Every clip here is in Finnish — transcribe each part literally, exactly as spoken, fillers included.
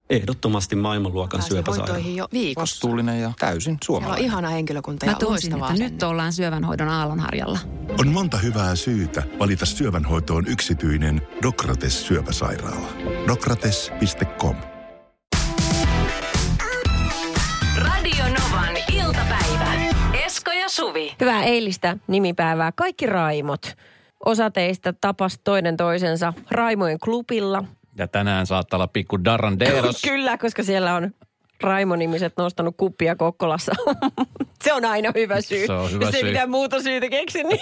Ehdottomasti maailmanluokan syöpäsairaala. jo viikossa. Vastuullinen ja täysin suomalainen. Siellä on ihana henkilökunta ja Mä tunsin, loistavaa että asenne. nyt ollaan syövänhoidon aallonharjalla. On monta hyvää syytä valita syövänhoitoon yksityinen Docrates syöpäsairaala. Docrates piste com. Radio Novan iltapäivä. Esko ja Suvi. Hyvää eilistä nimipäivää. Kaikki Raimot. Osa teistä tapas toinen toisensa Raimojen klubilla. Ja tänään saattaa olla pikku Darranderos. Kyllä, koska siellä on Raimo-nimiset nostanut kuppia Kokkolassa. Se on aina hyvä syy. Se on hyvä Jos ei syy. mitään muuta syytä keksi, niin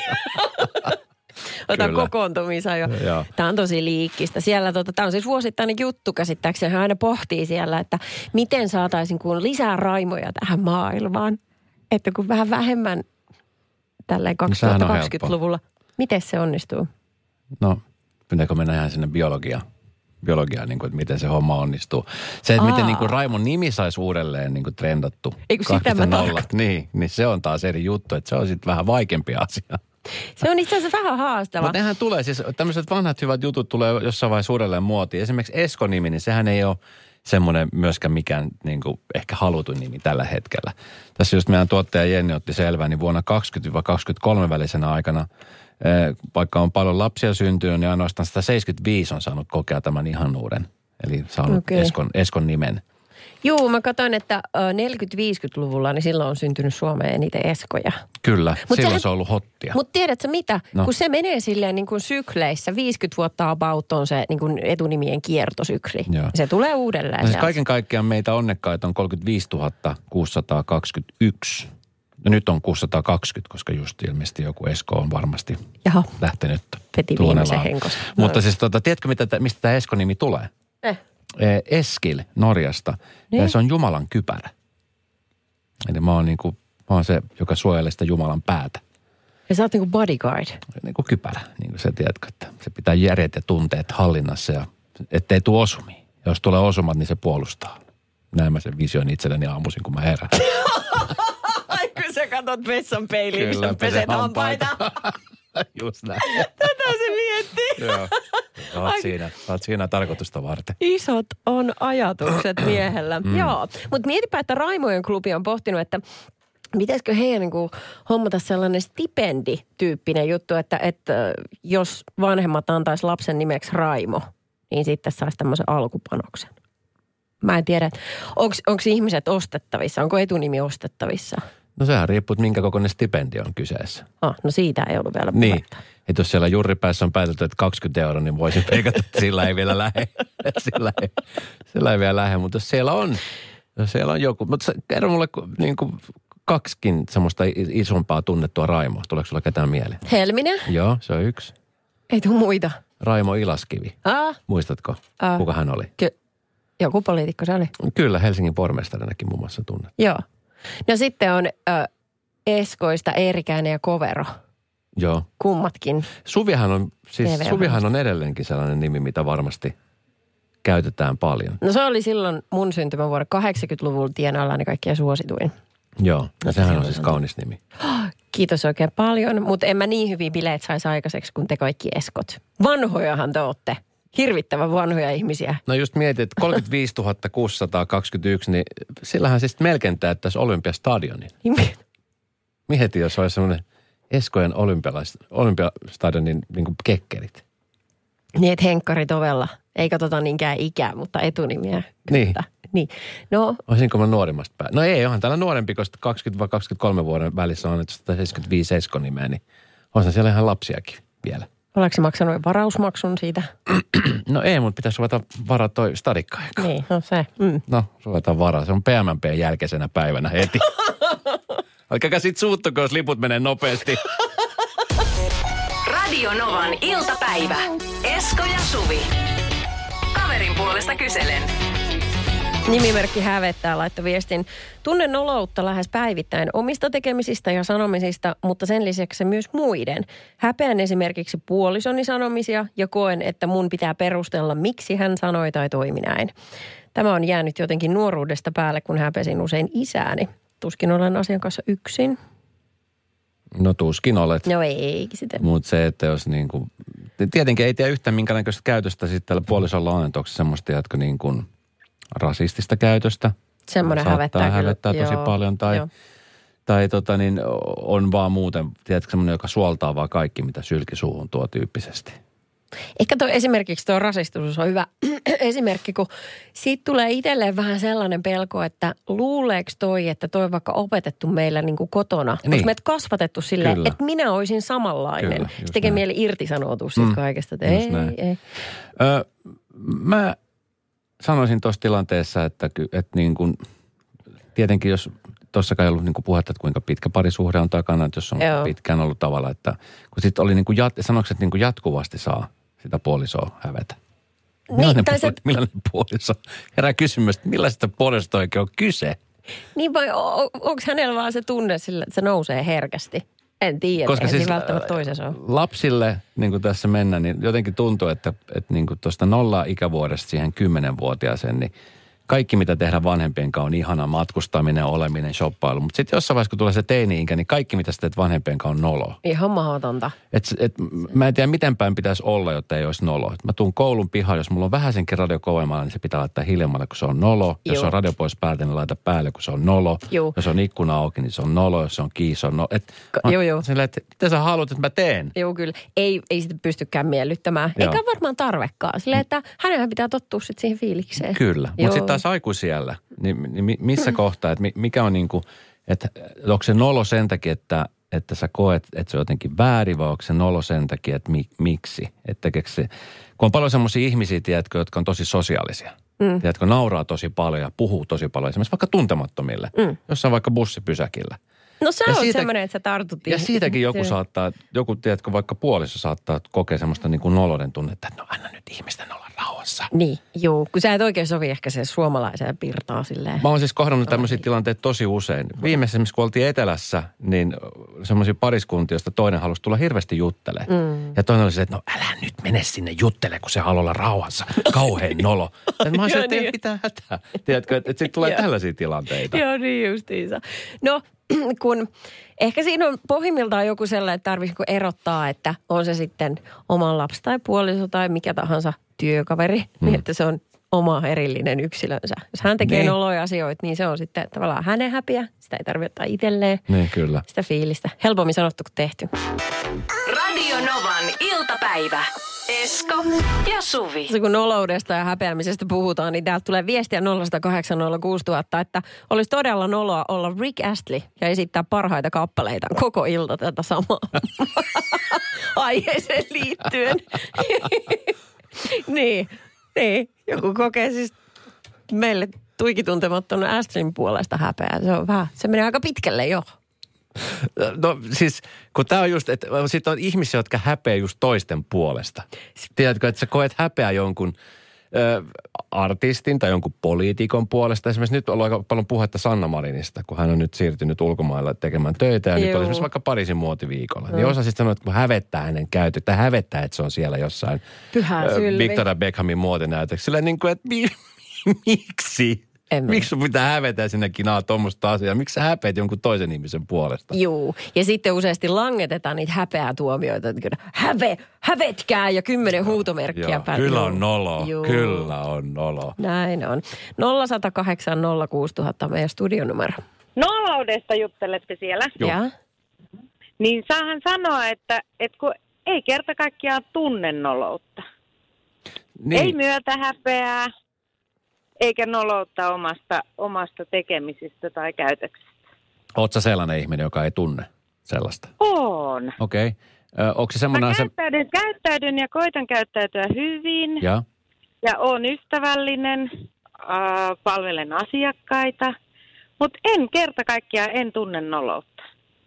otan Kyllä. kokoontumisen jo. Joo. Tämä on tosi liikkistä. Siellä, tota, tämä on siis vuosittainen juttu käsittääkseni. Hän aina pohtii siellä, että miten saataisiin kun lisää Raimoja tähän maailmaan. Että kun vähän vähemmän tälleen kaksituhattakaksikymmentäluvulla. Miten se onnistuu? No, pitääkö mennä ihan sinne biologiaan? Biologiaan, niin kuin, että miten se homma onnistuu. Se, että Aa. miten niin kuin Raimon nimi saisi uudelleen niin kuin trendattu. Ei kun sitä mä tarkoitan. Niin, niin se on taas eri juttu, että se on sitten vähän vaikeampi asia. Se on itse asiassa vähän haastava. Mutta nehän tulee, siis tämmöiset vanhat hyvät jutut tulee jossain vaiheessa uudelleen muotiin. Esimerkiksi Esko-nimi, niin sehän ei ole semmoinen myöskään mikään niin kuin ehkä halutun nimi tällä hetkellä. Tässä just meidän tuottaja Jenni otti selvää, niin vuonna kaksikymmentä kaksikymmentäkolme välisenä aikana, vaikka on paljon lapsia syntynyt, niin ainoastaan sata seitsemänkymmentäviisi on saanut kokea tämän ihanuuden. Eli saanut Okei. Eskon, Eskon nimen. Joo, mä katsoin, että neljäkymmentä-viisikymmentäluvulla, niin silloin on syntynyt Suomeen eniten Eskoja. Kyllä, Mut silloin sehän, se on ollut hottia. Mutta tiedätkö mitä? No. Kun se menee silleen niin kuin sykleissä, viisikymmentä vuotta about on se niin kuin etunimien kiertosykli. Joo. Se tulee uudelleen. No siis sieltä. kaiken kaikkiaan meitä onnekkaita on kolmekymmentäviisituhatta kuusisataakaksikymmentäyksi. Ja nyt on kuusisataakaksikymmentä, koska just ilmeisesti joku Esko on varmasti Jaha, lähtenyt veti tuonne viimeisen laan. henkos. Mutta siis tota, tiedätkö mitä, tä- mistä tämä Esko-nimi tulee? Eh. Eh, Eskil Norjasta. Niin. Ja se on Jumalan kypärä. Eli mä oon, niinku, mä oon se, joka suojelee sitä Jumalan päätä. Ja sä oot niinku bodyguard. Niin kuin kypärä, niin kuin sä tiedätkö, että se pitää järjet ja tunteet hallinnassa ja ettei tule osumia. Ja jos tulee osumat, niin se puolustaa. Näin mä sen visioin itselleni aamuisin, kun mä herään. Ai kun sä katot vessan peiliin, Kyllä, missä peset pesen hampaita. Just näin. Tätä se miettii. Joo. Oot siinä, oot siinä tarkoitusta varten. Isot on ajatukset miehellä. Mm. Joo, mutta mietipä, että Raimojen klubi on pohtinut, että pitäisikö heidän niin kuin hommata sellainen stipendityyppinen juttu, että, että jos vanhemmat antaisi lapsen nimeksi Raimo, niin sitten saisi tämmöisen alkupanoksen. Mä en tiedä, onko ihmiset ostettavissa, onko etunimi ostettavissa? No sehän riippuu, että minkä kokoinen stipendi on kyseessä. Ah, no siitä ei ollut vielä Niin, puhetta. että jos siellä jurripäässä on päätetty, että kaksikymmentä euroa, niin voisin peikata, että sillä ei vielä lähde. sillä, ei, sillä ei vielä lähde, mutta jos siellä on, jos siellä on joku, mutta kerro mulle niin kuin kaksikin semmoista isompaa tunnettua Raimoa. Tuleeko sulla ketään mieleen? Helminen? Joo, se on yksi. Ei tule muita. Raimo Ilaskivi. Ah, Muistatko, Ah. kuka hän oli? ky- joku poliitikko se oli. Kyllä, Helsingin pormestarinakin muun muassa tunnet. Joo. No sitten on ö, Eskoista Eerikäinen ja Kovero. Joo. Kummatkin. Suvihan on, siis T V-ohjelmasta. Suvihan on edelleenkin sellainen nimi, mitä varmasti käytetään paljon. No se oli silloin mun syntymävuoden kahdeksankymmentäluvulla tienaallani kaikkia suosituin. Joo, ja sehän on se siis on. kaunis nimi. Kiitos oikein paljon, mutta en mä niin hyvin bileet saisi aikaiseksi kuin te kaikki Eskot. Vanhojahan te ootte. Hirvittävän vanhoja ihmisiä. No just mietit, että kolmekymmentäviisituhatta kuusisataakaksikymmentäyksi, niin sillähän siis melkein täyttäisi Olympiastadionin. Mieti, jos olisi semmoinen Eskojen olympialais- olympiastadionin niin kuin kekkerit. Niin, että henkkarit ovella. Ei katsota niinkään ikää, mutta etunimiä. Niin. Kyllä. Niin. No, Olisinko mä nuorimmasta päin? No ei, onhan täällä nuorempi, koska kaksikymmentä kaksikymmentäkolme vuoden välissä on annettu sata seitsemänkymmentäviisi Esko-nimeä, niin onhan siellä ihan lapsiakin vielä. ollaanko se maksanut varausmaksun siitä? No ei, mutta pitäisi ruveta varaa toi stadikka. Niin, no se. Mm. No, ruvetaan varaa. Se on P M P:n jälkeisenä päivänä heti. Oikeakaan sit suuttuko, jos liput menee nopeasti. Radio Novan iltapäivä. Esko ja Suvi. Kaverin puolesta kyselen. Nimimerkki hävettää laittoi viestin. Tunnen noloutta lähes päivittäin omista tekemisistä ja sanomisista, mutta sen lisäksi myös muiden. Häpeän esimerkiksi puolisoni sanomisia ja koen, että mun pitää perustella, miksi hän sanoi tai toimi näin. Tämä on jäänyt jotenkin nuoruudesta päälle, kun häpesin usein isääni. Tuskin olen asian kanssa yksin. No tuskin olet. No ei sitä. Mutta se, että jos niin kuin, tietenkin ei tiedä yhtään minkä näköistä käytöstä sitten tällä puolisolla on, että onko se semmoista, jotka niin kuin rasistista käytöstä. Semmoinen hävettää, hävettää kyllä. tosi Joo, paljon. Tai, joo. tai tota niin, on vaan muuten, tiedätkö, semmoinen, joka suoltaa vaan kaikki, mitä sylki suuhun tuo tyyppisesti. Ehkä tuo esimerkiksi tuo rasistus on hyvä esimerkki, kun siitä tulee itselleen vähän sellainen pelko, että luuleeko toi, että toi on vaikka opetettu meillä niin kuin kotona. Niin. Onko meidät kasvatettu silleen, Kyllä. että minä olisin samanlainen. Kyllä, Se tekee näin. mieli irtisanoutua siitä Mm, kaikesta, että just ei, näin. ei. Ö, mä sanoisin tuossa tilanteessa, että, ky- että niin kuin, tietenkin jos tuossakaan ei ollut niin kuin puhetta, että kuinka pitkä parisuhde on takana, että jos on Joo. pitkään ollut tavalla, että kun sitten oli niin kuin, jat- sanoiko, että niin kuin jatkuvasti saa sitä puolisoa hävetä. Millainen, Niin, tai puol- se- millainen puoliso? Herää kysymys, että millaisesta puolisosta oikein on kyse? Niin vai o- onko hänellä vaan se tunne sillä, että se nousee herkästi? En tiedä, Koska eihän siis siinä välttämättä toisessa ole. lapsille, niin kuin tässä mennään, niin jotenkin tuntuu, että, että niin kuin tuosta nolla ikävuodesta siihen kymmenenvuotiaaseen, niin kaikki mitä tehdään vanhempien kanssa on ihana matkustaminen, oleminen, shoppailu. Mutta sitten jossain vaiheessa, kun tulee se teini-ikä, niin kaikki mitä sä teet vanhempien kanssa on nolo. Ihan mahdotonta. Et, et, mä en tiedä, miten päin pitäisi olla, jotta ei olisi nolo. Et mä tuun koulun pihaan, jos mulla on vähäisenkin radio kovemmalla, niin se pitää laittaa hiljemmalle, kun se on nolo. Jos Joo. on radio pois päältä, niin laita päälle, kun se on nolo. Joo. Jos on ikkuna auki, niin se on nolo. Jos se on kiinni, se on nolo. Et, Ka- mä- joo, joo. Silleen, että mitä sä haluat, että mä teen? Joo, kyllä. Ei, ei sitä pystykään miellyttämään. Joo. Eikä varmaan tarvekaan. Silleen, että hänenhän pitää tottua sitten siihen fiilikseen. Kyllä, mutta Joo. sitten taas aikuisiellä, niin, niin mi- missä kohtaa, että mi- mikä on niin kuin, että onko se nolo sen takia, että, että sä koet, että se on jotenkin väärin, vai onko se nolo sen takia, että mi- miksi? Että se, kun on paljon semmoisia ihmisiä, tiedätkö, jotka on tosi sosiaalisia. Mm. Tiedätkö, nauraa tosi paljon ja puhuu tosi paljon, esimerkiksi vaikka tuntemattomille, mm. jossain vaikka bussipysäkillä. No sä Ja oot siitä- semmoinen, että sä tartut. Ja siitäkin joku Se- saattaa, joku tiedätkö, vaikka puoliso saattaa kokea semmoista niin kuin nolouden tunnetta, että no anna nyt ihmisten olla rauhassa. Niin, joo. Kun sä et oikein sovi ehkä se suomalaiseen pirtaan silleen. Mä oon siis kohdannut tämmöisiä tilanteita tosi usein. Viimeisessä, kun oltiin etelässä, niin semmoisia pariskuntia, joista toinen halusi tulla hirveästi juttele. Mm. Ja toinen oli se, että no älä nyt mene sinne juttele, kun se haluaa olla rauhassa. Kauhean nolo. Ja mä oon se, että ei niin. mitään hätää. Tiedätkö, että, että sitten tulee Joo. tällaisia tilanteita. Joo, niin justiinsa. No, kun ehkä siinä on pohjimmiltaan joku sellainen, että tarvitsisi erottaa, että on se sitten oma lapsi tai puoliso tai mikä tahansa työkaveri, mm. niin että se on oma erillinen yksilönsä. Jos hän tekee Niin. noloja asioita, niin se on sitten tavallaan hänen häpiä. Sitä ei tarvitse ottaa itselleen. Niin, kyllä. Sitä fiilistä. Helpommin sanottu kuin tehty. Radio Novan iltapäivä. Esko ja Suvi. Se kun noloudesta ja häpeämisestä puhutaan, niin täältä tulee viestiä nolla yksi nolla kahdeksan nolla kuusi nolla nolla nolla, että olisi todella noloa olla Rick Astley ja esittää parhaita kappaleita koko ilta tätä samaa aiheeseen liittyen. niin, niin, joku kokee siis meille tuikituntematon Astleyn puolesta häpeää. Se on vähän, se menee aika pitkälle jo. No siis, kun tää on just, että sit on ihmisiä, jotka häpeää just toisten puolesta. Tiedätkö, että sä koet häpeää jonkun ö, artistin tai jonkun poliitikon puolesta. Esimerkiksi nyt on aika paljon puhetta Sanna Marinista, kun hän on nyt siirtynyt ulkomailla tekemään töitä. Ja Joo. nyt oli esimerkiksi vaikka Pariisin muotiviikolla. No. Niin osa sitten sanoo, että kun hävettää hänen käytö, tai hävettää, että se on siellä jossain Pyhä ö, sylvi. Victoria Beckhamin muotinäytöksessä. Sillä niin kuin, että mi- miksi? En mä- Miksi sun pitää hävetä sinnekin naa tuommoista asiaa? Miksi sä häpeät jonkun toisen ihmisen puolesta? Juu. Ja sitten useasti langetetaan niitä häpeää tuomioita. Että kyllä, häve, hävetkää ja kymmenen huutomerkkiä Joo, päälle. kyllä Juu. on nolo, Juu. kyllä on nolo. Näin on. nolla yksi nolla kahdeksan nolla kuusi nolla nolla nolla meidän studionumero. Noloudesta juttelette siellä, Joo. Ja? niin saahan sanoa, että, että kun ei kerta kaikkiaan tunne noloutta. Niin. Ei myötä häpeää, eikä noloutta omasta, omasta tekemisistä tai käytöksestä. Oot sä sellainen ihminen, joka ei tunne sellaista? On. Okei. Okay. Onko se Mä semmoinen asia... käyttäydyn, käyttäydyn ja koitan käyttäytyä hyvin Ja? ja oon ystävällinen, äh, palvelen asiakkaita, mutta en kerta kaikkiaan en tunne noloutta.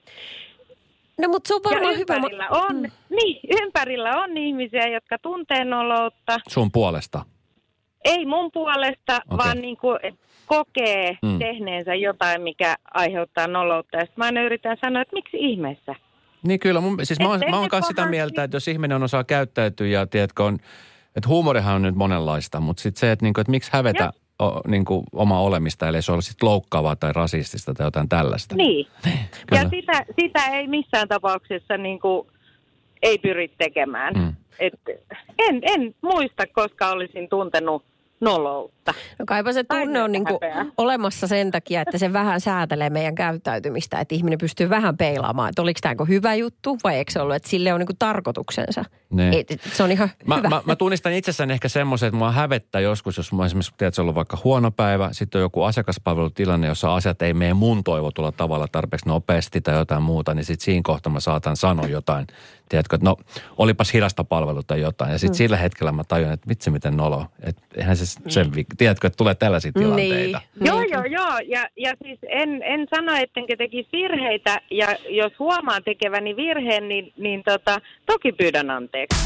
No mutta se on Ja varmaan hyvä. ympärillä on, Mm. niin, ympärillä on ihmisiä, jotka tuntee noloutta. Sun puolesta? Ei mun puolesta, Okei. okay. vaan niin kuin kokee Mm. mm. tehneensä jotain, mikä aiheuttaa noloutta. Ja sitten mä aina yritän sanoa, että miksi ihmeessä? Niin kyllä, mun, siis mä oon, Et mä oon ne kanssa sitä kovasti- mieltä, että jos ihminen osaa käyttäytyä ja tiedätkö, on, että huumorihan on nyt monenlaista, mutta sitten se, että, niinku, että miksi hävetä o, niinku, omaa olemista, eli se on sitten loukkaavaa tai rasistista tai jotain tällaista. Niin. Kyllä. Ja sitä, sitä ei missään tapauksessa niin kuin, ei pyri tekemään. Mm. Et en, en muista, koska olisin tuntenut noloutta. No kaipa se tunne on niinku häpeää. olemassa sen takia, että se vähän säätelee meidän käyttäytymistä, että ihminen pystyy vähän peilaamaan, että oliko tämä hyvä juttu vai eikö se ollut, että sille on niinku tarkoituksensa. Et, et, se on ihan mä, hyvä. Mä, mä tunnistan itsessäni ehkä semmoisen, että mua hävettää joskus, jos mä esimerkiksi tiedät, se on ollut vaikka huono päivä, sitten on joku asiakaspalvelutilanne, jossa asiat ei mene mun toivotulla tavalla tarpeeksi nopeasti tai jotain muuta, niin sitten siinä kohtaa mä saatan sanoa jotain. Tiedätkö, että no olipas hidasta palvelua tai jotain. Ja sitten mm. sillä hetkellä mä tajun, että vitsi miten nolo. Että eihän se sen, mm. tiedätkö, että tulee tällaisia tilanteita. Niin. Joo, joo, joo. Ja, ja siis en, en sano, ettenkö tekisi virheitä. Ja jos huomaan tekeväni virheen, niin, niin tota, toki pyydän anteeksi.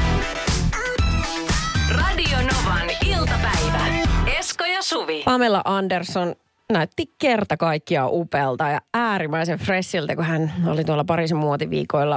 Radio Novan iltapäivä. Esko ja Suvi. Pamela Anderson näytti kerta kaikkiaan upealta ja äärimmäisen freshiltä, kun hän oli tuolla Pariisin muotiviikoilla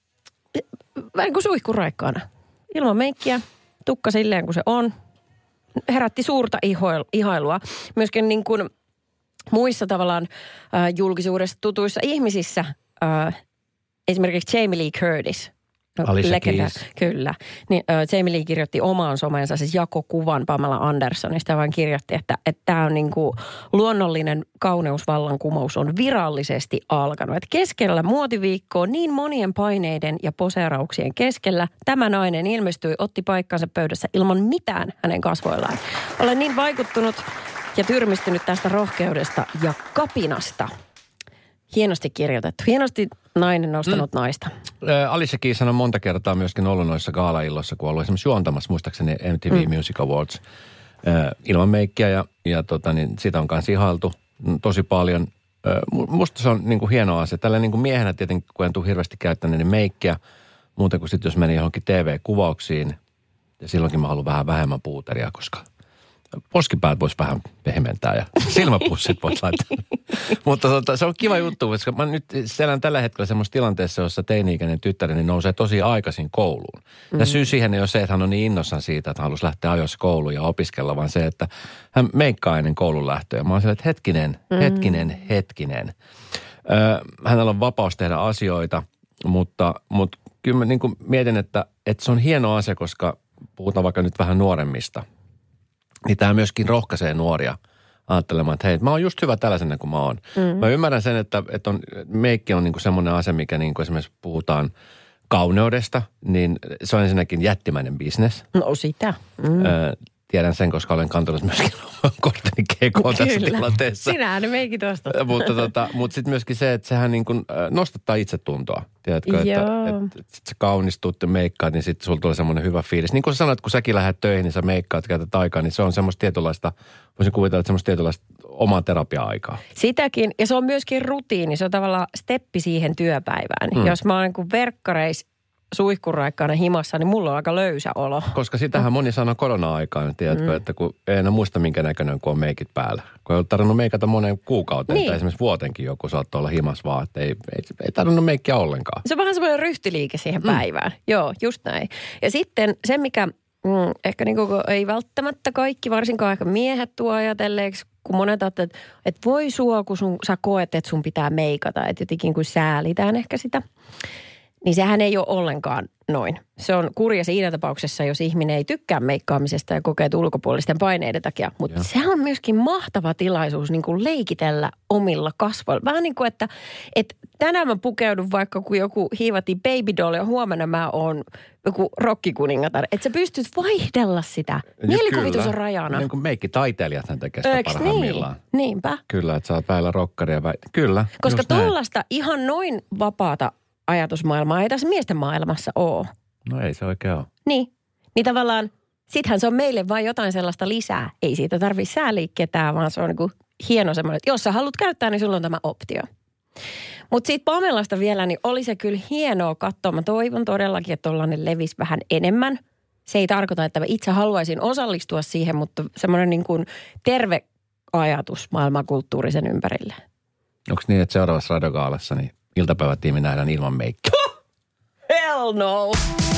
vähän kuin suihkuraikkaana. Ilman meikkiä, tukka silleen kuin se on. Herätti suurta ihailua. Myöskin niin kuin muissa tavallaan äh, julkisuudessa tutuissa ihmisissä, äh, esimerkiksi Jamie Lee Curtis. Alicia Keys. Kyllä. Niin, äh, Jamie Lee kirjoitti omaan somensa, siis jakokuvan Pamela Andersonista, vaan kirjoitti, että tämä on niin kuin luonnollinen kauneusvallankumous on virallisesti alkanut. Et keskellä muotiviikkoa niin monien paineiden ja poseerauksien keskellä tämä nainen ilmestyi, otti paikkansa pöydässä ilman mitään hänen kasvoillaan. Olen niin vaikuttunut ja tyrmistynyt tästä rohkeudesta ja kapinasta. Hienosti kirjoitettu. Hienosti nainen nostanut mm. naista. Alicia Keys on monta kertaa myöskin ollut noissa gaalailloissa, kun on ollut esimerkiksi juontamassa, muistaakseni M T V mm. Music Awards äh, ilman meikkiä ja, ja tota, niin sitä on kanssa ihailtu tosi paljon. Äh, musta se on niin kuin hieno asia. Tällä niin kuin miehenä tietenkin, kun en tule hirveästi käyttänyt, niin meikkiä, muuten kuin sitten jos meni johonkin T V-kuvauksiin, ja silloinkin mä haluan vähän vähemmän puuteria, koska poskipäät voisi vähän pehmentää ja silmäpussit voisi laittaa. Mutta tota, se on kiva juttu, koska mä nyt selän tällä hetkellä semmoisessa tilanteessa, jossa teini-ikäinen tyttäreni nousee tosi aikaisin kouluun. Mm. Ja syy siihen ei ole se, että hän on niin innossaan siitä, että hän haluaisi lähteä ajoissa kouluun ja opiskella, vaan se, että hän meikkaa ennen koulun lähtöä. Mä oon silleen, että hetkinen, hetkinen, hetkinen. Öö, hänellä on vapaus tehdä asioita, mutta, mutta kyllä mä niin kuin mietin, että, että se on hieno asia, koska puhutaan vaikka nyt vähän nuoremmista. Niin tämä myöskin rohkaisee nuoria ajattelemaan, että hei, mä oon just hyvä tällaisena kuin mä oon. Mm. Mä ymmärrän sen, että, että on, meikki on niinku semmoinen asia, mikä niinku esimerkiksi puhutaan kauneudesta, niin se on ensinnäkin jättimäinen bisnes. No sitä. Mm. Ö, tiedän sen, koska olen kantanut myöskin korteni kekoon tässä tilanteessa. Sinähän ne meikit ostat. mutta tota, mutta sitten myöskin se, että sehän niin kuin nostattaa itsetuntoa. Tiedätkö, että, että, että sit sä kaunistut ja meikkaat, niin sitten sulla tulee semmoinen hyvä fiilis. Niin kuin sä sanoit, kun säkin lähdet töihin, niin sä meikkaat, käytät aikaa, niin se on semmoista tietynlaista, voisin kuvitella, että semmoista tietynlaista omaa terapia-aikaa. Sitäkin, ja se on myöskin rutiini, se on tavallaan steppi siihen työpäivään. Hmm. Jos mä oon niin kuin verkkareis suihkuraikkaana himassa, niin mulla on aika löysä olo. Koska sitähän moni sanoo korona-aikaan, tiedätkö, mm. että kun ei enää muista minkä näköinen, kun on meikit päällä. Kun ei ole tarvinnut meikata moneen kuukauteen, niin. Tai esimerkiksi vuotenkin joku saattoi olla himas vaan, että ei, ei, ei tarvinnut meikkiä ollenkaan. Se on vähän semmoinen ryhtiliike siihen mm. päivään. Joo, just näin. Ja sitten se, mikä mm, ehkä niin kuin ei välttämättä kaikki, varsinkaan ehkä miehet tuo ajatelleeksi, kun monet ajattelee, että, että voi sua, kun sun, sä koet, että sun pitää meikata, että jotenkin kun säälitään ehkä sitä. Niin sehän ei ole ollenkaan noin. Se on kurja siinä tapauksessa, jos ihminen ei tykkää meikkaamisesta ja kokee ulkopuolisten paineiden takia. Mutta se on myöskin mahtava tilaisuus niin kuin leikitellä omilla kasvoilla. Vähän niin kuin, että, että tänään mä pukeudun vaikka kun joku hiivati baby doll ja huomenna mä oon joku rokkikuningatar. Että sä pystyt vaihdella sitä. Mielikuvitus on rajana. Niin kuin meikkitaiteilijathan tekee sitä Öks, parhaimmillaan. Niin? Niinpä. Kyllä, että sä oot päällä rokkaria. Vai... Kyllä. Koska tollaista ihan noin vapaata ajatusmaailmaa ei tässä miesten maailmassa ole. No ei se oikein ole. Niin. Niin tavallaan, sittenhän se on meille vain jotain sellaista lisää. Ei siitä tarvitse sääliä ketään, vaan se on niin kuin hieno semmoinen, että jos sä haluat käyttää, niin sulla on tämä optio. Mutta siitä Pamelasta vielä, niin oli se kyllä hienoa katsoa. Mä toivon todellakin, että tollainen levisi vähän enemmän. Se ei tarkoita, että mä itse haluaisin osallistua siihen, mutta semmoinen niin kuin terve ajatus maailmankulttuurisen ympärille. Onko niin, että seuraavassa radiogaalassa niin iltapäivätiimi nähdään ilman meikkiä? Hell no!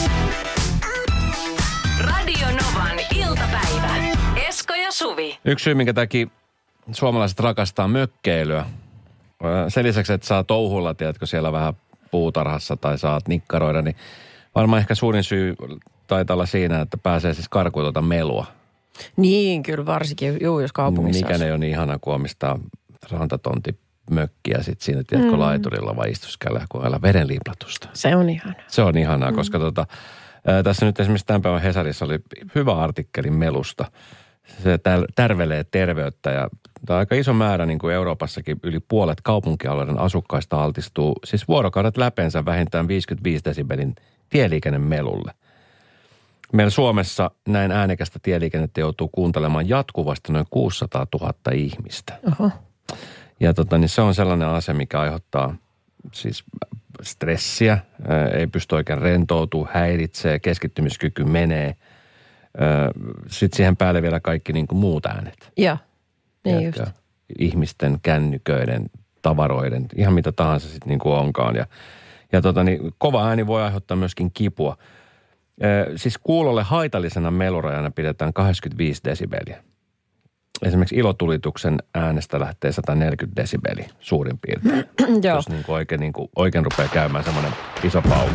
Radio Novan iltapäivä. Esko ja Suvi. Yksi syy, minkä takia suomalaiset rakastaa mökkeilyä. Sen lisäksi, että saa touhulla, tiedätkö, siellä vähän puutarhassa tai saat nikkaroida, niin varmaan ehkä suurin syy taitaa olla siinä, että pääsee siis karkuun tuota melua. Niin, kyllä varsinkin, juu, jos kaupungissa Mikään ei ole niin ihana kuin omistaa rantatontimökkiä sitten siinä, tiedätkö, mm. laiturilla vai istuskella, kun on vedenliiplatusta. Se on ihanaa. Se on ihanaa, mm. koska tota, ää, tässä nyt esimerkiksi tämän päivän Hesarissa oli hyvä artikkeli melusta. Se tärvelee terveyttä ja tämä on aika iso määrä, niin kuin Euroopassakin yli puolet kaupunkialueiden asukkaista altistuu, siis vuorokaudet läpeensä vähintään viisikymmentäviisi desibelin tieliikennemelulle. Meillä Suomessa näin äänekästä tieliikennettä joutuu kuuntelemaan jatkuvasti noin kuusisataatuhatta ihmistä. Oho. Ja tota, niin se on sellainen asia, mikä aiheuttaa siis stressiä, ei pysty oikein rentoutumaan, häiritsee, keskittymiskyky menee. Sitten siihen päälle vielä kaikki niin kuin muut äänet. Joo, niin just. Ihmisten, kännyköiden, tavaroiden, ihan mitä tahansa sitten niin kuin onkaan. Ja, ja tota, niin kova ääni voi aiheuttaa myöskin kipua. Siis kuulolle haitallisena melurajana pidetään kahdeksankymmentäviisi desibeliä. Esimerkiksi ilotulituksen äänestä lähtee sata neljäkymmentä desibeliä suurin piirtein. Jos niin kuin oikein, niin kuin oikein rupeaa käymään semmoinen iso pauke.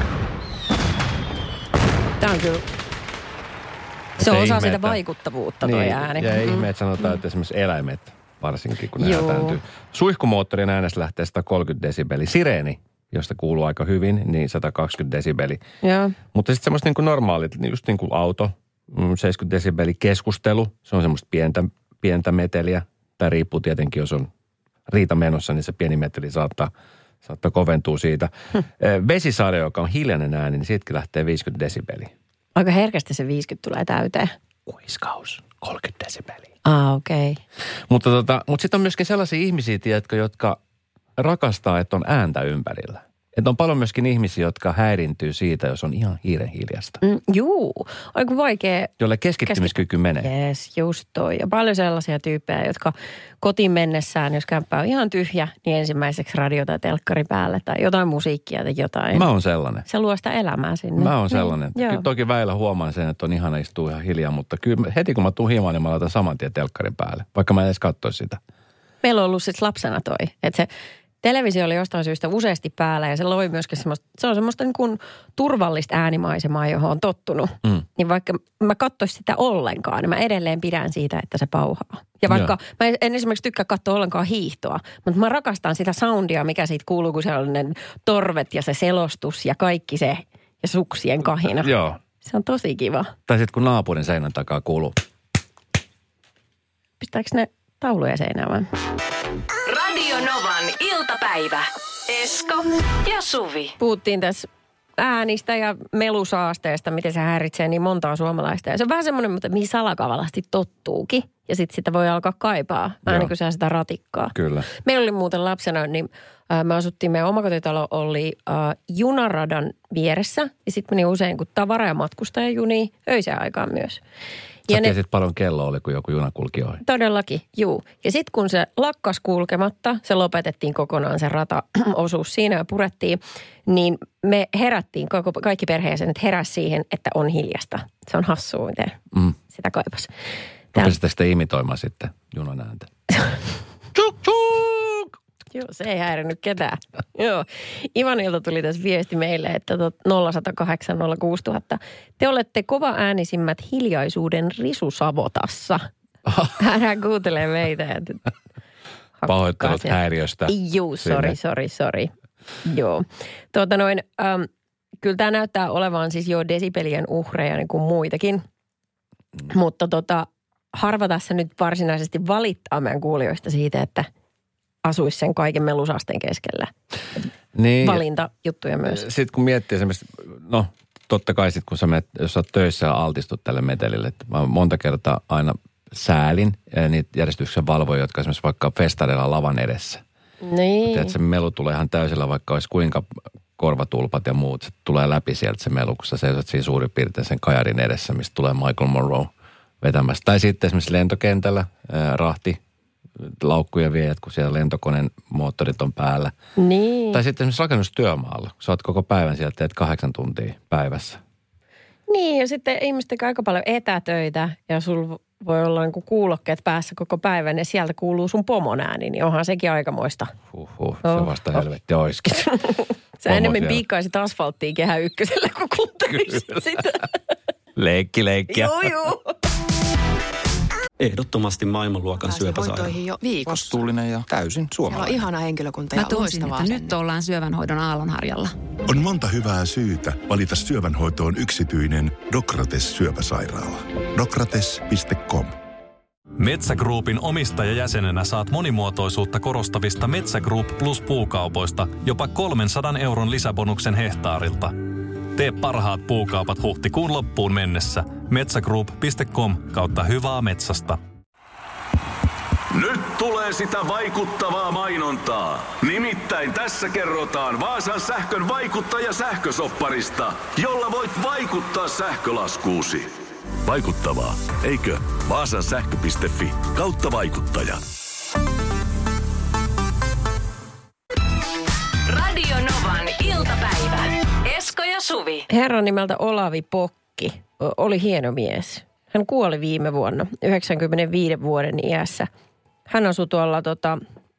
Tämä on kyllä... Se on osa sitä vaikuttavuutta toi niin, ääni. Ja mm. ihme, että sanotaan, että esimerkiksi eläimet, varsinkin kun ne hätääntyy. Suihkumoottorin äänestä lähtee sata kolmekymmentä desibeliä. Sireeni, josta kuuluu aika hyvin, niin sata kaksikymmentä desibeliä. Joo. Mutta sitten semmoista niin kuin normaalit, just niin kuin auto, seitsemänkymmentä desibeliä, keskustelu, se on semmoista pientä, pientä meteliä. Tai riippuu tietenkin, jos on riita menossa, niin se pieni meteli saattaa, saattaa koventua siitä. Hm. Vesisade, joka on hiljainen ääni, niin siitäkin lähtee viisikymmentä desibeliä. Aika herkästi se viisikymmentä tulee täyteen. Kuiskaus, kolmekymmentä desibeliä. Ah, okei. Okay. Mutta, tota, mutta sitten on myöskin sellaisia ihmisiä, tiedätkö, jotka rakastaa, että on ääntä ympärillä. Että on paljon myöskin ihmisiä, jotka häirintyy siitä, jos on ihan hiiren hiljasta. Mm, juu, aika vaikea. Jolle keskittymiskyky menee. Jees, just toi. Ja paljon sellaisia tyyppejä, jotka kotiin mennessään, jos kämppä on ihan tyhjä, niin ensimmäiseksi radio tai telkkari päälle tai jotain musiikkia tai jotain. Mä oon sellainen. Se luo sitä elämää sinne. Mä oon sellainen. Niin, kyllä toki väillä huomaan sen, että on ihana istua ihan hiljaa, mutta kyllä heti kun mä tuun himaan, niin mä laitan saman tien telkkarin päälle, vaikka mä en edes katsoisi sitä. Meillä on ollut siis lapsena toi, että se... Televisio oli jostain syystä useasti päällä ja se loi myöskin semmoista, se on semmoista niin kuin turvallista äänimaisemaa, johon on tottunut. Mm. Niin vaikka mä katsoisin sitä ollenkaan, niin mä edelleen pidän siitä, että se pauhaa. Ja vaikka Joo. mä en esimerkiksi tykkää katsoa ollenkaan hiihtoa, mutta mä rakastan sitä soundia, mikä siitä kuuluu, kun sellainen torvet ja se selostus ja kaikki se ja suksien kahina. Joo. Se on tosi kiva. Tai sitten kun naapurin seinän takaa kuuluu. Pistääkö ne tauluja seinään vai? Radio Novan iltapäivä. Esko ja Suvi. Puhuttiin tässä äänistä ja melusaasteesta, miten se häiritsee niin montaa suomalaista. Ja se on vähän semmoinen, mihin salakavalasti tottuukin. Ja sitten sitä voi alkaa kaipaa, aina kun sä sitä ratikkaa. Kyllä. Meillä oli muuten lapsena, niin äh, me asuttiin, meidän omakotitalo oli äh, junaradan vieressä. Ja sitten meni usein kun tavara- ja matkustajajuni öiseen aikaan myös. Sä tiesit paljon kello oli, kun joku juna kulki ohi. Todellakin, juu. Ja sitten kun se lakkas kulkematta, se lopetettiin kokonaan se rataosuus siinä ja purettiin, niin me herättiin, koko, kaikki perheenjäsenet heräsi siihen, että on hiljasta. Se on hassua, miten mm. sitä kaipas. Rupesitteko sitten imitoimaan sitten junan ääntä? Tsuk, tsuk! Joo, se ei häirinyt ketään. Joo. Ivanilta tuli tässä viesti meille, että nolla yksi nolla kahdeksan nolla kuusi nolla nolla nolla. Te olette kova äänisimmät hiljaisuuden risusavotassa. Hän kuuntelee meitä. Pahoittelut häiriöstä. Juu, sori, sori, sori. Joo. Tuota noin, ähm, kyllä tämä näyttää olevan siis jo desibelien uhreja niin kuin muitakin. Mm. Mutta tota, harva tässä nyt varsinaisesti valittaa meidän kuulijoista siitä, että asuisi sen kaiken melusaasteen keskellä. Niin. Valintajuttuja myös. Sitten kun miettii esimerkiksi, no totta kai sitten kun sä menet, jos sä oot töissä ja altistut tälle metelille, että mä monta kertaa aina säälin niitä järjestyksen valvoja, jotka esimerkiksi vaikka festareilla lavan edessä. Niin. Tiedät, se melu tulee ihan täysillä, vaikka olisi kuinka korvatulpat ja muut. Se tulee läpi sieltä se melu, kun sä seisot siinä suurin piirtein sen kajarin edessä, mistä tulee Michael Monroe vetämästä. Tai sitten esimerkiksi lentokentällä ää, rahti laukkuja viejät, kun siellä lentokoneen moottorit on päällä. Niin. Tai sitten esimerkiksi rakennustyömaalla, kun sä oot koko päivän sieltä, teet kahdeksan tuntia päivässä. Niin, ja sitten ihmiset tekee aika paljon etätöitä, ja sulla voi olla niin kuin kuulokkeet päässä koko päivän, ja sieltä kuuluu sun pomon ääni, niin onhan sekin aikamoista. Huhhuh, se oh, vasta oh. helvetti oiskin. Sä enemmän siellä piikkaisit asfalttia Kehä Ykkösellä, kun kuuntelisit sitä. Leikki, leikkiä. Joo, joo. Ehdottomasti maailmanluokan syöpäsairaala. Hoitoihin jo viikossa. Vastuullinen ja täysin suomalainen. Siellä on ihana henkilökunta ja Mä tunsin, että loistavaa nyt ollaan syövänhoidon aallonharjalla. On monta hyvää syytä valita syövänhoitoon yksityinen Docrates syöpäsairaala. Docrates piste com. Metsä Groupin omistajajäsenenä saat monimuotoisuutta korostavista Metsä Group Plus puukaupoista jopa kolmensadan euron lisäbonuksen hehtaarilta. Tee parhaat puukaupat huhtikuun loppuun mennessä. metsägroup piste com kautta hyvää metsästä. Nyt tulee sitä vaikuttavaa mainontaa. Nimittäin tässä kerrotaan Vaasan sähkön vaikuttaja sähkösopparista, jolla voit vaikuttaa sähkölaskuusi. Vaikuttavaa, eikö? Vaasan sähkö piste fi kautta vaikuttaja. Radio Novan iltapäivä. Esko ja Suvi. Herran nimeltä Olavi Pokki oli hieno mies. Hän kuoli viime vuonna yhdeksänkymmentäviisi vuoden iässä. Hän asui tuolla tota,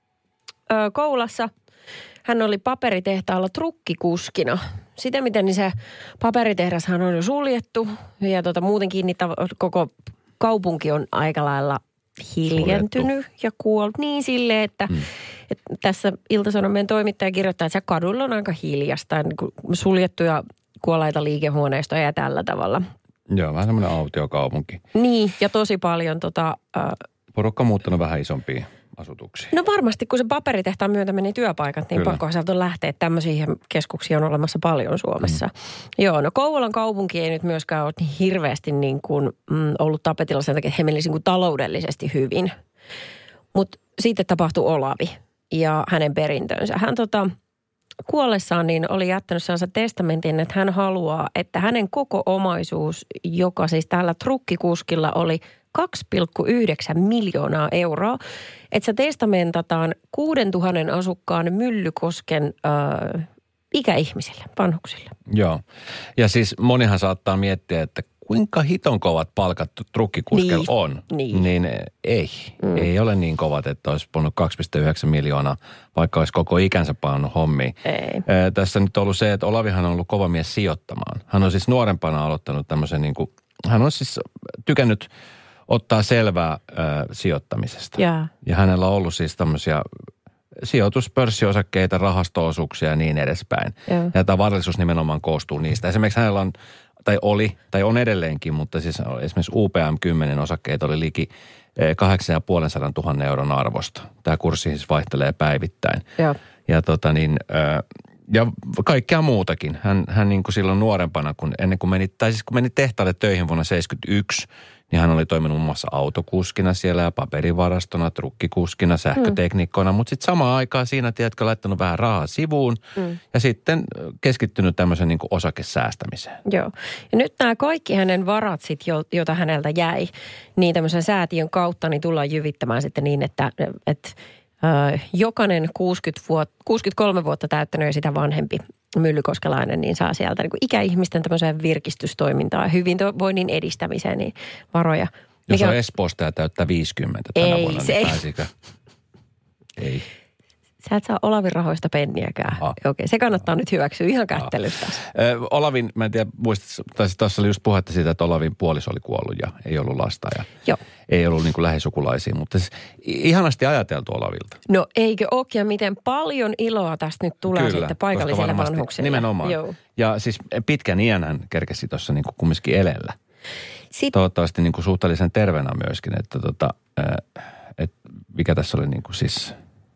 ö, Koulassa. Hän oli paperitehtaalla trukkikuskina. Sitä miten niin se paperitehdashan on jo suljettu ja tota, muutenkin niitä, koko kaupunki on aika lailla hiljentynyt suljettu ja kuollut. Niin silleen, että, mm. että tässä Ilta-Sanomien toimittaja kirjoittaa, että se kadulla on aika hiljasta, niin kuin suljettuja kuolleita liikehuoneistoja ja tällä tavalla. Joo, vähän semmoinen autiokaupunki. Niin, ja tosi paljon tota... Äh, porukka on muuttanut vähän isompiin asutuksiin. No varmasti, kun se paperitehtaan myötä meni työpaikat, niin pakkohan sieltä on lähteä. Tämmöisiä keskuksia on olemassa paljon Suomessa. Mm. Joo, no Kouvolan kaupunki ei nyt myöskään ole niin hirveästi niin kuin, mm, ollut tapetilla sen takia, että he menisivät niin taloudellisesti hyvin. Mutta sitten tapahtui Olavi ja hänen perintönsä. Hän tota, kuollessaan niin oli jättänyt sellaisen testamentin, että hän haluaa, että hänen koko omaisuus, joka siis tällä trukkikuskilla oli kaksi pilkku yhdeksän miljoonaa euroa, että se testamentataan kuudentuhannen asukkaan Myllykosken äh, ikäihmisille, vanhuksille. Joo, ja siis monihan saattaa miettiä, että kuinka hiton kovat palkat trukkikuskella niin, on. Niin. Niin ei, mm. ei ole niin kovat, että olisi pannut kaksi pilkku yhdeksän miljoonaa, vaikka olisi koko ikänsä pannut hommiin. Ei. Ee, tässä nyt on ollut se, että Olavihan on ollut kova mies sijoittamaan. Hän on siis nuorempana aloittanut tämmöisen niin kuin, hän on siis tykännyt ottaa selvää ö, sijoittamisesta. Ja. ja hänellä on ollut siis tämmöisiä sijoituspörssiosakkeita, rahasto-osuuksia ja niin edespäin. Ja, ja tämä varallisuus nimenomaan koostuu niistä. Esimerkiksi hänellä on, tai oli, tai on edelleenkin, mutta siis esimerkiksi U P M kymmenen osakkeita oli liki kahdeksan ja puolensadan tuhannen euron arvosta. Tämä kurssi siis vaihtelee päivittäin. Ja, ja tota niin... Ö, Ja kaikkea muutakin. Hän, hän niin kuin silloin nuorempana, kun ennen kuin meni, tai siis kun meni tehtaalle töihin vuonna seitsemänkymmentäyksi, niin hän oli toiminut muun muassa autokuskina siellä ja paperivarastona, trukkikuskina, sähkötekniikkona. Mm. Mutta sitten samaan aikaan siinä, tiedätkö, laittanut vähän rahaa sivuun mm. ja sitten keskittynyt tämmöisen niin kuin osakesäästämiseen. Joo. Ja nyt nämä kaikki hänen varat sit, joita häneltä jäi, niin tämmöisen säätiön kautta, niin tullaan jyvittämään sitten niin, että... että Öö, jokainen kuusikymmentä vuotta, kuusikymmentäkolme vuotta täyttänyt ja sitä vanhempi myllykoskelainen, niin saa sieltä niin kuin ikäihmisten tämmöiseen virkistystoimintaan ja hyvinvoinnin edistämiseen niin varoja. Jos Mikä on Espoosta ja täyttää viisikymmentä tänä ei, vuonna, se niin ei. pääsikö? Ei. Sä et saa Olavin rahoista penniäkään. Ah. Okei, se kannattaa nyt hyväksyä ihan kättelystä. Ah. Olavin, mä en tiedä, muistat, tai tuossa oli just puhetta siitä, että Olavin puoliso oli kuollut ja ei ollut lasta ja Joo. ei ollut niin kuin lähisukulaisia, mutta siis ihanasti ajateltu Olavilta. No eikö ole, ja miten paljon iloa tästä nyt tulee Kyllä, sitten paikallisille vanhuksille. Nimenomaan. Joo. Ja siis pitkän iän hän kerkesi tuossa niin kuin kumminkin elellä. Sit... Toivottavasti niin kuin suhteellisen terveenä myöskin, että tota, että mikä tässä oli niin kuin siis...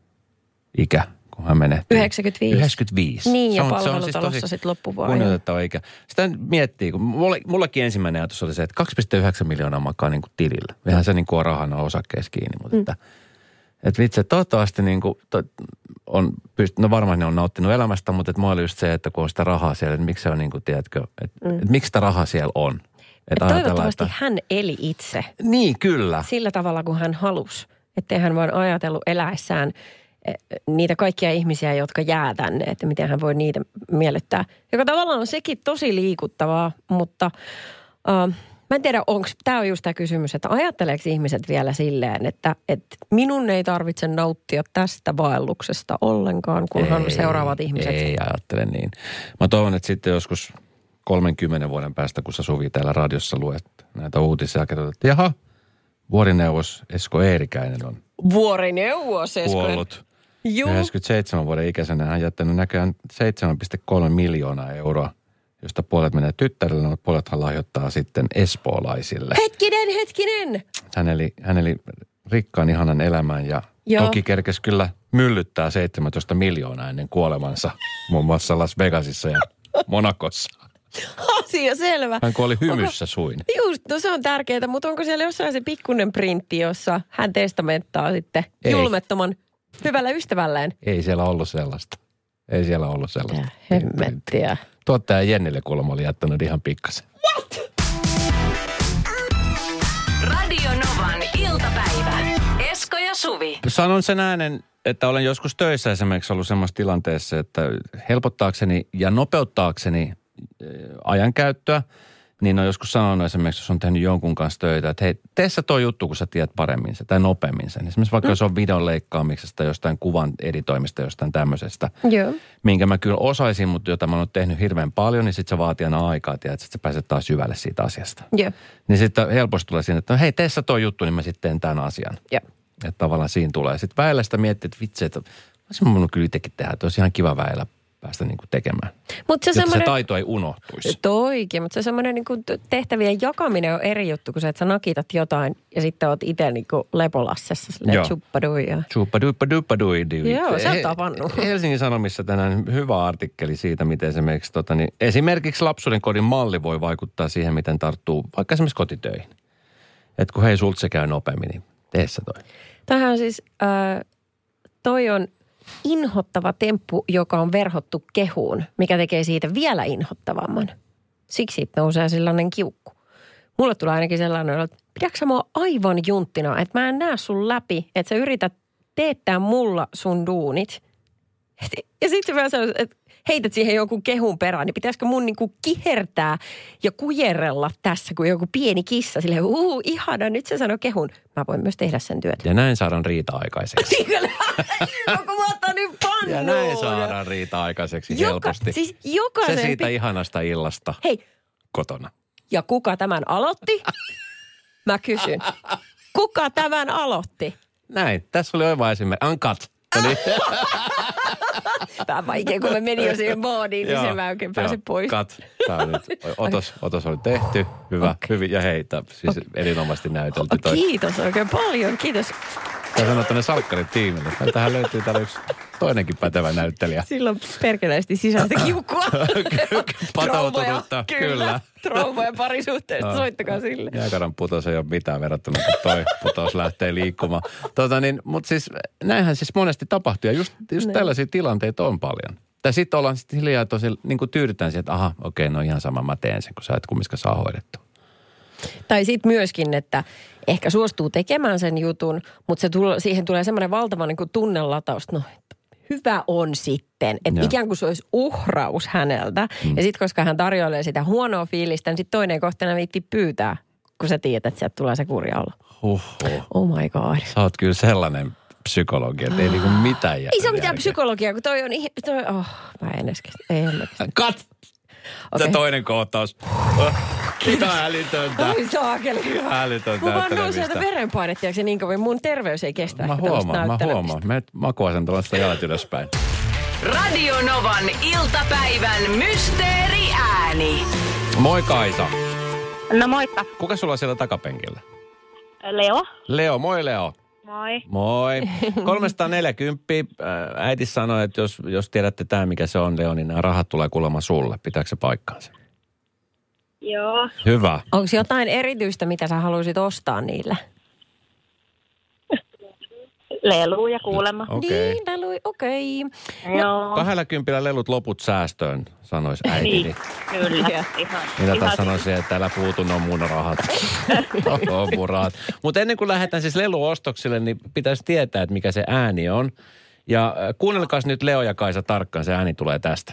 ikä, kun hän menehti. yhdeksänkymmentäviisi. yhdeksänkymmentäviisi. Niin, ja se on, palvelutalossa siis sitten loppuvuonna. Kunnioitettava ikä. Sitä miettii, kun mulla, mullakin ensimmäinen ajatus oli se, että kaksi pilkku yhdeksän miljoonaa makaa niin kuin tilillä. Eihän se niin kuin on rahana osakkeessa kiinni, mutta mm. että, että vitsi, toivottavasti niin kuin, to, on pyst- no varmaan ne on nauttinut elämästä, mutta että mua oli just se, että kun on sitä rahaa siellä, että miksi se on niin kuin, tiedätkö, että, mm. että miksi sitä rahaa siellä on. Että että toivottavasti että, hän eli itse. Niin, kyllä. Sillä tavalla, kun hän halusi. Ettei hän vaan ajatellut eläessään niitä kaikkia ihmisiä, jotka jää tänne, että miten hän voi niitä miellyttää. Joka tavallaan on sekin tosi liikuttavaa, mutta uh, mä en tiedä, onko, tämä on just tämä kysymys, että ajatteleeko ihmiset vielä silleen, että, että minun ei tarvitse nauttia tästä vaelluksesta ollenkaan, kunhan ei, seuraavat ihmiset. Ei ajattele niin. Mä toivon, että sitten joskus kolmenkymmenen vuoden päästä, kun sä Suvi täällä radiossa luet näitä uutisia, katsot, että jaha, Vuorineuvos Esko Eerikäinen on Vuorineuvos Esko. kuollut. Juu. yhdeksänkymmentäseitsemän vuoden ikäisenä hän jättänyt näköjään seitsemän pilkku kolme miljoonaa euroa, josta puolet menee tyttärelle, mutta puolet hän lahjoittaa sitten espoolaisille. Hetkinen, hetkinen! Hän eli, hän eli rikkaan ihanan elämän ja Joo. toki kerkesi kyllä myllyttää seitsemäntoista miljoonaa ennen kuolemansa, muun muassa Las Vegasissa ja Monacossa. Asia selvä. Hän kuoli hymyssä suin. Just, no se on tärkeää, mutta onko siellä jossain se pikkuinen printti, jossa hän testamenttaa sitten Ei. julmettoman hyvälle ystävälleen? Ei siellä ollut sellaista. Ei siellä ollut sellaista. Ja hemmettiä. Tuottaja Jennille kuulemma oli jättänyt ihan pikkasen. What? Radio Novan iltapäivä. Esko ja Suvi. Sanon sen äänen, että olen joskus töissä esimerkiksi ollut semmoisessa tilanteessa, että helpottaakseni ja nopeuttaakseni ajankäyttöä, niin on joskus sanonut esimerkiksi, jos on tehnyt jonkun kanssa töitä, että hei, tee sä toi juttu, kun sä tiedät paremmin se tai nopeammin sen. Esimerkiksi vaikka mm. jos on videon leikkaamisesta, jostain kuvan editoimista, jostain tämmöisestä, Joo. minkä mä kyllä osaisin, mutta jota mä oon tehnyt hirveän paljon, niin sit se vaatii aina aikaa, tiedät, että sä pääset taas syvälle siitä asiasta. Joo. Niin sitten helposti tulee siinä, että no hei, tee sä toi juttu, niin mä sitten teen tämän asian. Joo. Että tavallaan siinä tulee. Sitten väillä sitä miettii, että vitsi, että olisin mä voinut kyllä itsekin tehdä, että olisi ihan kiva väillä päästä niin kuin tekemään. Mut se, jotta semmoinen... se taito ei unohtuisi. Toikin, mutta se semmoinen niin kuin tehtävien jakaminen on eri juttu, kun sä, että sä nakitat jotain ja sitten oot itse niin kuin lepolassessa silleen tjuppadui ja... Tjuppaduppaduppadui. Joo, sä oot tavannut. Helsingin Sanomissa tänään hyvä artikkeli siitä, miten esimerkiksi, tota, niin, esimerkiksi lapsuuden kodin malli voi vaikuttaa siihen, miten tarttuu vaikka esimerkiksi kotitöihin. Että kun hei, sulta se käy nopeammin, niin tee sä toi. Tämähän siis, äh, toi on inhottava temppu, joka on verhottu kehuun, mikä tekee siitä vielä inhottavamman. Siksi siitä nousee sellainen kiukku. Mulle tulee ainakin sellainen, että pidätkö sä mua aivan junttina, että mä en näe sun läpi, että sä yrität teettää mulla sun duunit. Ja sitten sä sanoit, että heität siihen jonkun kehun perään, niin pitäisikö mun niinku kihertää ja kujerrella tässä kuin joku pieni kissa. Silleen, uu, ihana, nyt se sanoo kehun. Mä voin myös tehdä sen työtä. Ja näin saadaan riita aikaiseksi. Joku mä ottaa nyt pannuun. Ja näin saadaan riita aikaiseksi Joka, helposti. Siis jokaisen... Se siitä ihanasta illasta. Hei. Kotona. Ja kuka tämän aloitti? Mä kysyn. Kuka tämän aloitti? Näin. Tässä oli oiva esimerkki. Uncut. Eli... Vähän vaikea, kun mä menin jo siihen moodiin, niin se mä oikein pääsin pois. Kat. Tämä nyt. Otos, otos oli tehty. Hyvä. Okay. Hyvin. Ja hei, siis okay. erinomaisesti näytelty toi. Kiitos oikein paljon. Kiitos. Tämä sanoo tänne salkkarit tiimille. Tähän löytyy täällä yksi toinenkin pätevä näyttelijä. Silloin perkeleesti sisäistä kiukkua. Patoutunutta. Kyllä. Traumoja parisuhteesta. Soittakaa sille. Jääkaran putos ei ole mitään verrattuna, kun toi putos lähtee liikkumaan. Tota niin, mutta siis näinhän siis monesti tapahtuu. Ja just, just tällaisia tilanteita on paljon. Tai sitten ollaan sitten hiljaa tosi, niin kuin tyydytään siihen, että aha, okei, no ihan sama, mä teen sen, kun sä et kumminkaan saa hoidettua. Tai sitten myöskin, että ehkä suostuu tekemään sen jutun, mutta se tulo, siihen tulee semmoinen valtava niin kuin tunnelataus, no hyvä on sitten. Että ikään kuin se olisi uhraus häneltä. Mm. Ja sitten koska hän tarjoilee sitä huonoa fiilistä, niin sitten toinen kohtana viitti pyytää, kun sä tiedät, että sieltä tulee se kurja olla. Huhhuh. Oh my god. Sä oot kyllä sellainen psykologi, että ei niinku mitään jää. Ei se ole mitään psykologiaa, kun toi on ihan, toi, oh, mä en edes kestä. Ei, en mä kestä. Kat! Okay. Se toinen kohtaus. Mitä älytöntä. Oi saakeli. Älytöntä Mä vaan nousee sieltä verenpainetta, ja se niin kovin mun terveys ei kestä. Mä huomaan, mä huomaan. Mä makuasentoon sitä jalat ylöspäin. Radio Novan iltapäivän mysteeriääni. Moi Kaisa. No moikka. Kuka sulla on siellä takapenkillä? Leo. Leo, moi Leo. Moi. Moi. kolmesataaneljäkymmentä. Äiti sanoi, että jos, jos tiedätte tämän, mikä se on, Leo, niin nämä rahat tulee kuulemma sulle. Pitääkö se paikkaansa? Joo. Hyvä. Onko jotain erityistä, mitä sä haluaisit ostaa niillä? Leluja kuulemma. Okei. Niin, lelui, okei. Okay. Joo. Kahdella kympillä lelut loput säästöön, sanoisi äitini. Niin, kyllä. Ihan, Mitä ihan taas sanoisin, että älä puutu, no mun rahat. On mun rahat. Mutta ennen kuin lähdetään siis leluostoksille, niin pitäisi tietää, että mikä se ääni on. Ja kuunnelkaas nyt Leo ja Kaisa tarkkaan, se ääni tulee tästä.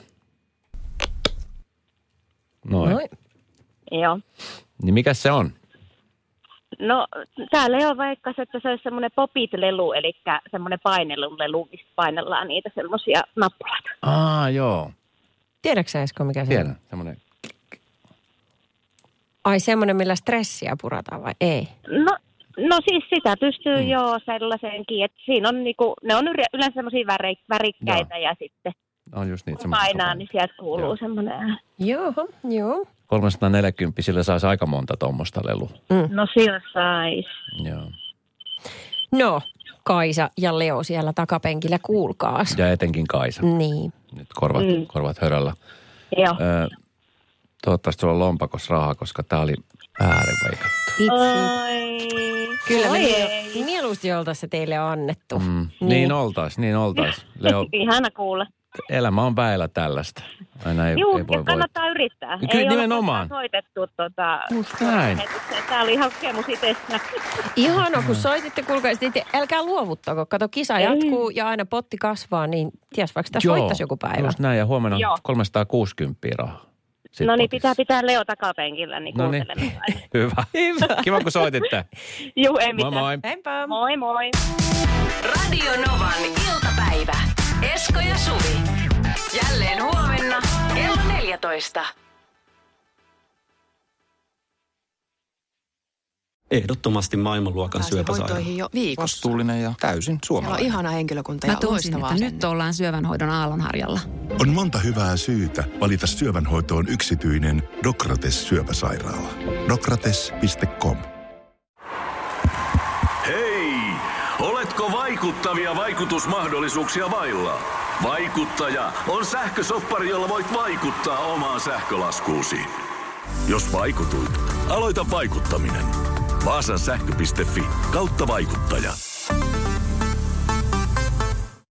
Noin. Noin. Joo. Niin mikä se on? No, tää Leo veikkasi, että se olisi semmoinen popit-lelu, eli semmoinen painelulelu, mistä painellaan niitä semmoisia nappulaita. Aa, joo. Tiedätkö sä, Esko, mikä se Tiedän, on? semmoinen. Ai semmoinen, millä stressiä purataan vai ei? No, No siis sitä pystyy Mm. jo sellaiseenkin, että siinä on niinku, ne on yle- yleensä semmoisia väri- värikkäitä ja sitten On just niitä kun semmoisia painaa, kokoisia. niin sieltä kuuluu Joo. semmoinen ääni. Joo, joo. kolmesataaneljäkymmentä, sillä saisi aika monta tuommoista lelua. No sillä sais. Joo. No, Kaisa ja Leo siellä takapenkillä, kuulkaas. Ja etenkin Kaisa. Niin. Nyt korvat, Mm. korvat höröllä. Joo. Ö, toivottavasti sulla on lompakossa rahaa, koska tää oli väärin veikattu. Vitsi. Oi. Kyllä me Oi, miel- ei. mieluusti oltaisiin se teille annettu. Mm. Niin. niin oltais, niin oltais. Leo, Ihana kuulla. elämä on väillä tällaista. Aina ei, Juu, ei voi ja kannattaa voittaa. yrittää. Kyllä, ei nimenomaan. Ole soitettu tota... Just näin. Tämä oli ihan kokemus itsestä. Ihana, kun soititte, kuulkaa, sitten älkää luovuttako. Kato, kisa jatkuu ja aina potti kasvaa, niin ties vaikka tässä voittaisi joku päivä. Just näin, ja huomenna Joo. kolmesataakuusikymmentä rahaa. Sit No niin, potissa. pitää pitää Leo takapenkillä, niin No niin, kuuntelemme. hyvä. Hyvä. Kiva, kun soititte. Juu, ei Moi mitään. moi. Heippa. Moi moi. Radio Novan iltapäivä. Esko ja Suvi. Jälleen huomenna kello neljätoista. Ehdottomasti maailmanluokan syöpäsairaala. hoitoihin jo viikossa. Vastuullinen ja täysin Siellä on suomalainen. ihana henkilökunta Mä ja tunsin, loistava että asenne. nyt ollaan syövänhoidon aallonharjalla. On monta hyvää syytä valita syövänhoitoon yksityinen Dokrates syöpäsairaala. Dokrates piste com. Hei! Oletko vaikuttavia vaikutusmahdollisuuksia vailla? Vaikuttaja on sähkösoppari, jolla voit vaikuttaa omaan sähkölaskuusi. Jos vaikutuit, aloita vaikuttaminen. Vaasan sähkö piste fi kautta vaikuttaja.